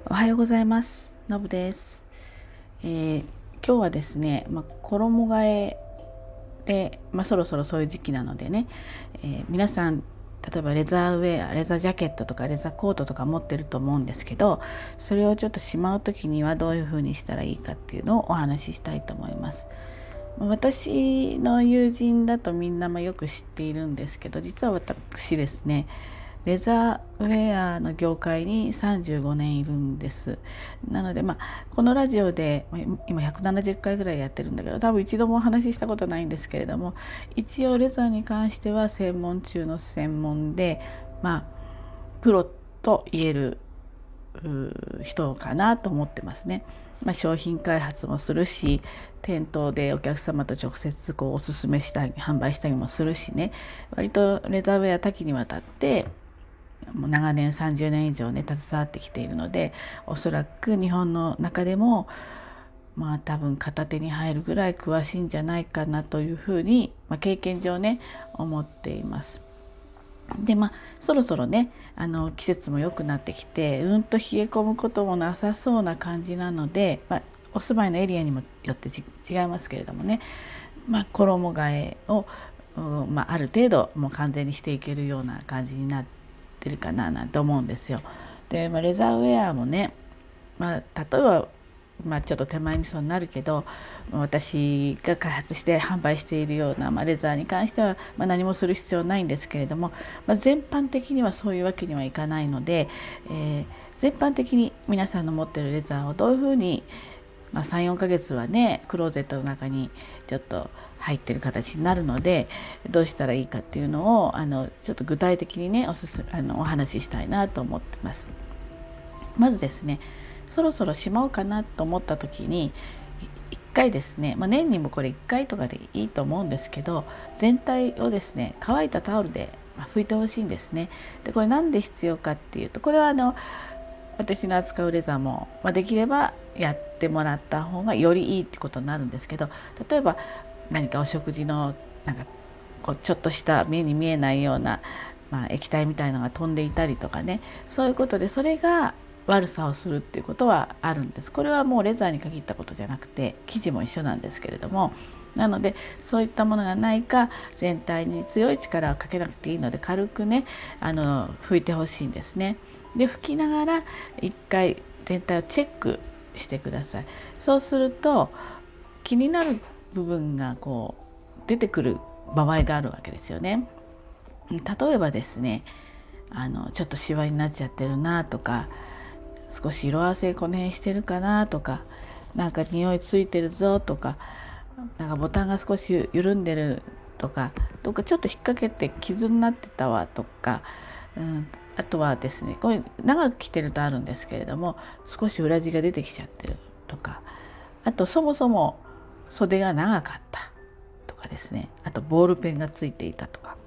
おはようございます。のぶです。今日はですね、衣替えで、そろそろそういう時期なのでね、皆さん例えばレザーウェア、レザージャケットとかレザーコートとか持ってると思うんですけど、それをちょっとしまう時にはどういう風にしたらいいかっていうのをお話ししたいと思います。私の友人だとみんなよく知っているんですけど、実は私ですね、レザーウェアの業界に35年いるんです。なのでこのラジオで今170回ぐらいやってるんだけど、多分一度もお話ししたことないんですけれども、一応レザーに関しては専門中の専門で、プロと言える人かなと思ってますね。商品開発もするし、店頭でお客様と直接おすすめしたり販売したりもするしね、割とレザーウェア多岐にわたってもう長年30年以上ね携わってきているので、おそらく日本の中でも多分片手に入るぐらい詳しいんじゃないかなというふうに、経験上ね思っています。でそろそろね季節も良くなってきてと冷え込むこともなさそうな感じなので、お住まいのエリアにもよって違いますけれどもね、衣替えを、ある程度もう完全にしていけるような感じになってるかななんて思うんですよ。で、レザーウェアもね、例えばちょっと手前味噌になるけど、私が開発して販売しているような、レザーに関しては、何もする必要ないんですけれども、全般的にはそういうわけにはいかないので、全般的に皆さんの持っているレザーをどういうふうに、3、4ヶ月はねクローゼットの中にちょっと入ってる形になるので、どうしたらいいかっていうのをちょっと具体的にねお話ししたいなと思ってます。まずですね、そろそろしまおうかなと思った時に1回ですね、年にもこれ1回とかでいいと思うんですけど、全体をですね乾いたタオルで拭いてほしいんですね。でこれなんで必要かっていうと、これは私の扱うレザーも、できればやってもらった方がよりいいってことになるんですけど、例えば何かお食事のこうちょっとした目に見えないような、液体みたいのが飛んでいたりとかね、そういうことでそれが悪さをするっていうことはあるんです。これはもうレザーに限ったことじゃなくて生地も一緒なんですけれども、なのでそういったものがないか、全体に強い力をかけなくていいので軽くね拭いてほしいんですね。で拭きながら一回全体をチェックしてください。そうすると気になる部分がこう出てくる場合があるわけですよね。例えばですね、ちょっとシワになっちゃってるなとか、少し色あせこの辺してるかなとか、なんか匂いついてるぞとか、なんかボタンが少し緩んでるとか、どっかちょっと引っ掛けて傷になってたわとか、あとはですね、これ長く着てるとあるんですけれども、少し裏地が出てきちゃってるとか、あとそもそも袖が長かったとかですね、あとボールペンがついていたとか、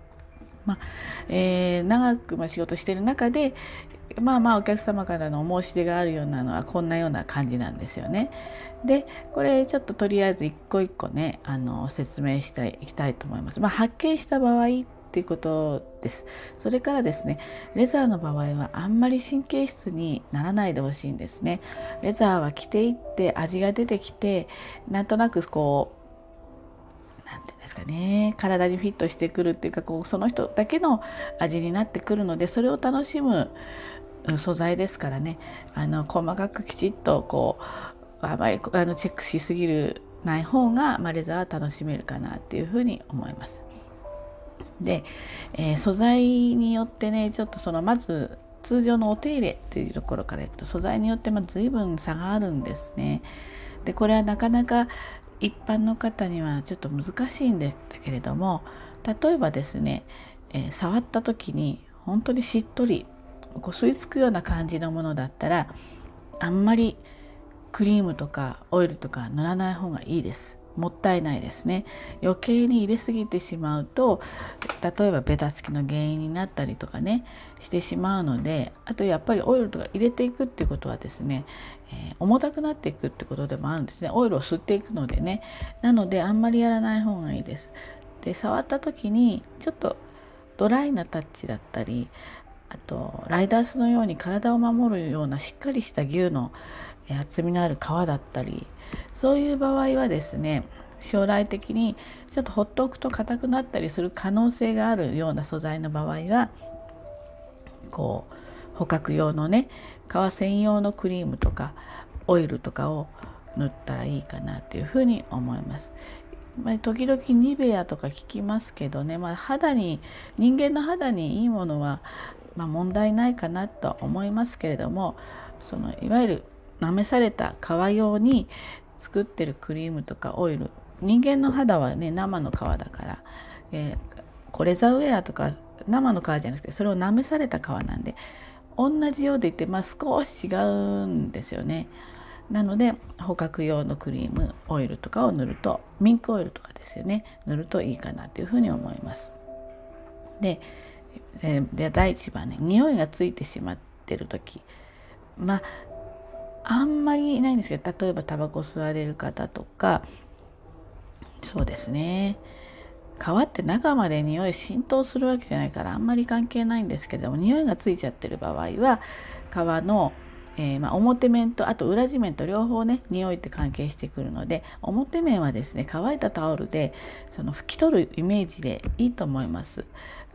長く仕事している中でお客様からのお申し出があるようなのはこんなような感じなんですよね。でこれちょっととりあえず一個一個ね説明していきたいと思います。発見した場合っていうことです。それからですね、レザーの場合はあんまり神経質にならないでほしいんですね。レザーは着ていって味が出てきて、なんとなくこうなんていうんですかね、体にフィットしてくるっていうか、その人だけの味になってくるので、それを楽しむ素材ですからね、細かくきちっとあまりチェックしすぎるない方が、レザーは楽しめるかなっていうふうに思います。で、素材によってね、ちょっとまず通常のお手入れっていうところからいくと、素材によって随分差があるんですね。でこれはなかなか一般の方にはちょっと難しいんだけれども、例えばですね、触った時に本当にしっとり吸い付くような感じのものだったら、あんまりクリームとかオイルとか塗らない方がいいです。もったいないですね。余計に入れすぎてしまうと、例えばベタつきの原因になったりとかねしてしまうので、あとやっぱりオイルとか入れていくっていうことはですね、重たくなっていくってことでもあるんですね。オイルを吸っていくのでね。なのであんまりやらない方がいいです。で触った時にちょっとドライなタッチだったり、 あとライダースのように体を守るようなしっかりした牛の厚みのある皮だったり、そういう場合はですね、将来的にちょっとほっとくと硬くなったりする可能性があるような素材の場合は、こう捕獲用のね、皮専用のクリームとかオイルとかを塗ったらいいかなっていうふうに思います。時々ニベアとか聞きますけどね、人間の肌にいいものは、問題ないかなとは思いますけれども、いわゆるなめされた皮用に作ってるクリームとかオイル、人間の肌はね生の皮だから、これレザーウェアとか生の皮じゃなくてそれをなめされた皮なんで、同じようでいて、少し違うんですよね。なので捕獲用のクリームオイルとかを塗ると、ミンクオイルとかですよね、塗るといいかなというふうに思います。で第一番ね、匂いがついてしまってる時、あんまりいないんですけど、例えばタバコ吸われる方とか、そうですね、皮って中まで匂い浸透するわけじゃないからあんまり関係ないんですけども、匂いがついちゃってる場合は皮の表面とあと裏地面と両方ね、匂いって関係してくるので、表面はですね、乾いたタオルで拭き取るイメージでいいと思います。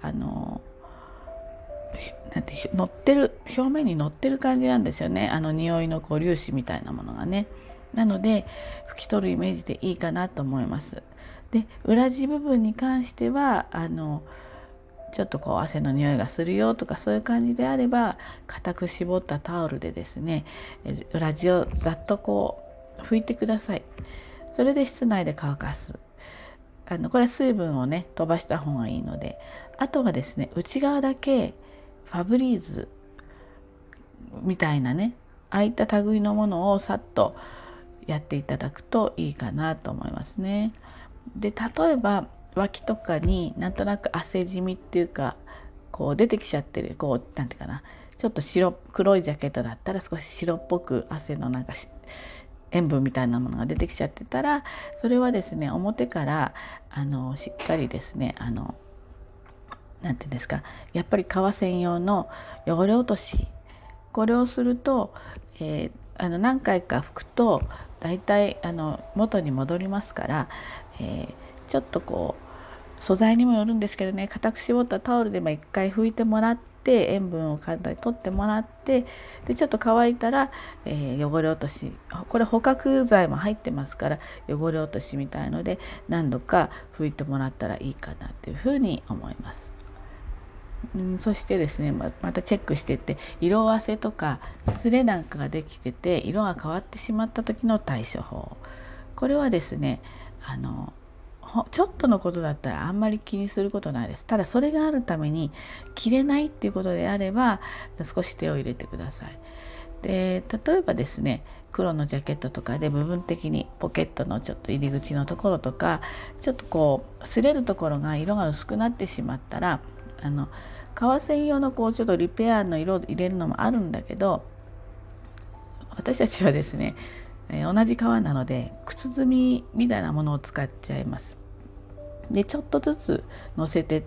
乗ってる、表面に乗ってる感じなんですよね、匂いの粒子みたいなものがね。なので拭き取るイメージでいいかなと思います。で裏地部分に関してはちょっと汗の匂いがするよとか、そういう感じであれば固く絞ったタオルでですね、裏地をざっと拭いてください。それで室内で乾かす。これは水分をね飛ばした方がいいので、あとはですね、内側だけファブリーズみたいなね、ああいった類のものをさっとやっていただくといいかなと思いますね。で例えば脇とかになんとなく汗じみっていうか出てきちゃってる、なんていうかな、ちょっと黒いジャケットだったら少し白っぽく汗の塩分みたいなものが出てきちゃってたら、それはですね、表からしっかりですね、なんていうんですか、やっぱり革専用の汚れ落とし、これをすると、何回か拭くとだいたい元に戻りますから、ちょっと素材にもよるんですけどね、固く絞ったタオルで一回拭いてもらって、塩分を体に取ってもらって、でちょっと乾いたら、汚れ落とし、これ捕獲剤も入ってますから汚れ落としみたいので何度か拭いてもらったらいいかなというふうに思います。そしてですね、またチェックしていって、色あせとかすれなんかができてて色が変わってしまった時の対処法、これはですね、ちょっとのことだったらあんまり気にすることないです。ただそれがあるために着れないっていうことであれば少し手を入れてください。で例えばですね、黒のジャケットとかで部分的にポケットのちょっと入り口のところとか、ちょっと擦れるところが色が薄くなってしまったら、革専用のちょっとリペアの色を入れるのもあるんだけど、私たちはですね、同じ革なので靴積みみたいなものを使っちゃいます。でちょっとずつ乗せてって、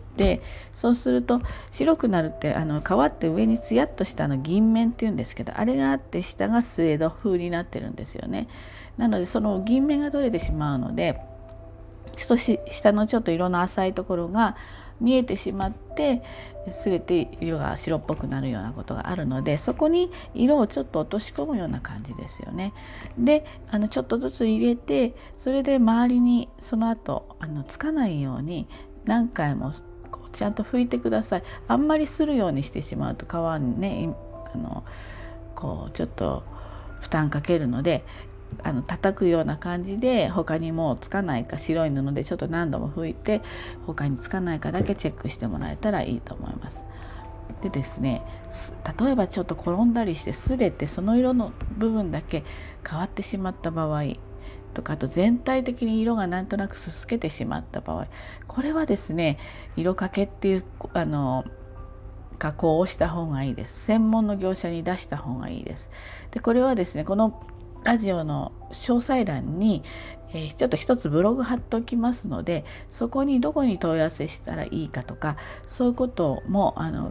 そうすると白くなるって、革って上にツヤっとした銀面っていうんですけど、あれがあって下がスウェード風になってるんですよね。なのでその銀面が取れてしまうので、少し下のちょっと色の浅いところが見えてしまって擦れて色が白っぽくなるようなことがあるので、そこに色をちょっと落とし込むような感じですよね。でちょっとずつ入れて、それで周りにその後つかないように何回もちゃんと拭いてください。あんまりするようにしてしまうと皮にねちょっと負担かけるので、叩くような感じで他にもつかないか、白い布でちょっと何度も拭いて他につかないかだけチェックしてもらえたらいいと思います。でですね、例えばちょっと転んだりして擦れてその色の部分だけ変わってしまった場合とか、あと全体的に色がなんとなくすすけてしまった場合、これはですね、色かけっていう加工をした方がいいです。専門の業者に出した方がいいです。でこれはですね、このラジオの詳細欄に、ちょっと一つブログ貼っておきますので、そこにどこに問い合わせしたらいいかとか、そういうことも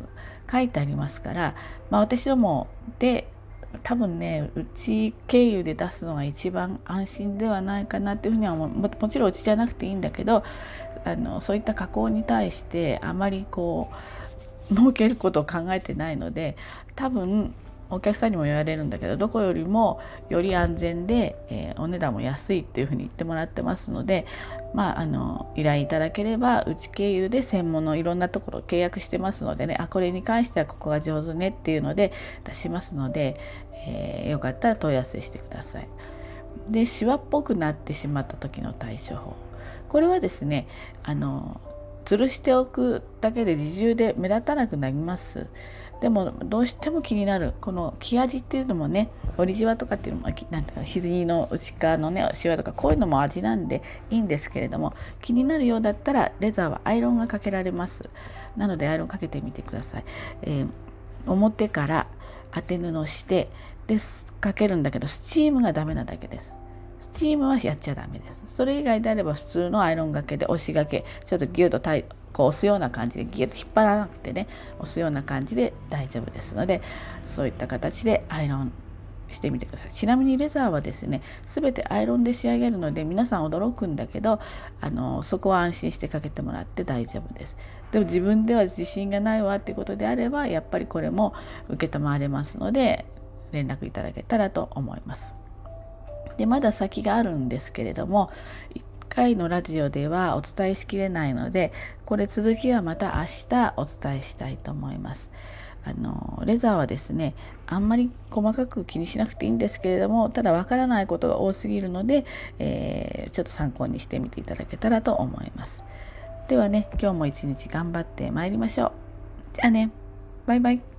書いてありますから、私どもで多分ね、うち経由で出すのが一番安心ではないかなっていうふうにはもちろんうちじゃなくていいんだけど、そういった加工に対してあまり儲けることを考えてないので、多分お客さんにも言われるんだけど、どこよりもより安全で、お値段も安いっていうふうに言ってもらってますので、依頼いただければうち経由で専門のいろんなところ契約してますのでね、これに関してはここが上手ねっていうので出しますので、よかったら問い合わせしてください。で、シワっぽくなってしまった時の対処法、これはですね、吊るしておくだけで自重で目立たなくなります。でもどうしても気になるこの生味っていうのもね、折りじわとかっていうのもなんていうか、肘の内側のねシワとか、こういうのも味なんでいいんですけれども、気になるようだったらレザーはアイロンがかけられます。なのでアイロンかけてみてください。表から当て布をしてでかけるんだけど、スチームがダメなだけです。スチームはやっちゃダメです。それ以外であれば普通のアイロンがけで押しがけ、ちょっとギュッと押すような感じで、ギュッと引っ張らなくてね、押すような感じで大丈夫ですので、そういった形でアイロンしてみてください。ちなみにレザーはですね、全てアイロンで仕上げるので皆さん驚くんだけど、そこは安心してかけてもらって大丈夫です。でも自分では自信がないわっていうことであれば、やっぱりこれも承れますので連絡いただけたらと思います。で、まだ先があるんですけれども、1回のラジオではお伝えしきれないので、これ続きはまた明日お伝えしたいと思います。レザーはですね、あんまり細かく気にしなくていいんですけれども、ただわからないことが多すぎるので、ちょっと参考にしてみていただけたらと思います。ではね、今日も一日頑張ってまいりましょう。じゃあね、バイバイ。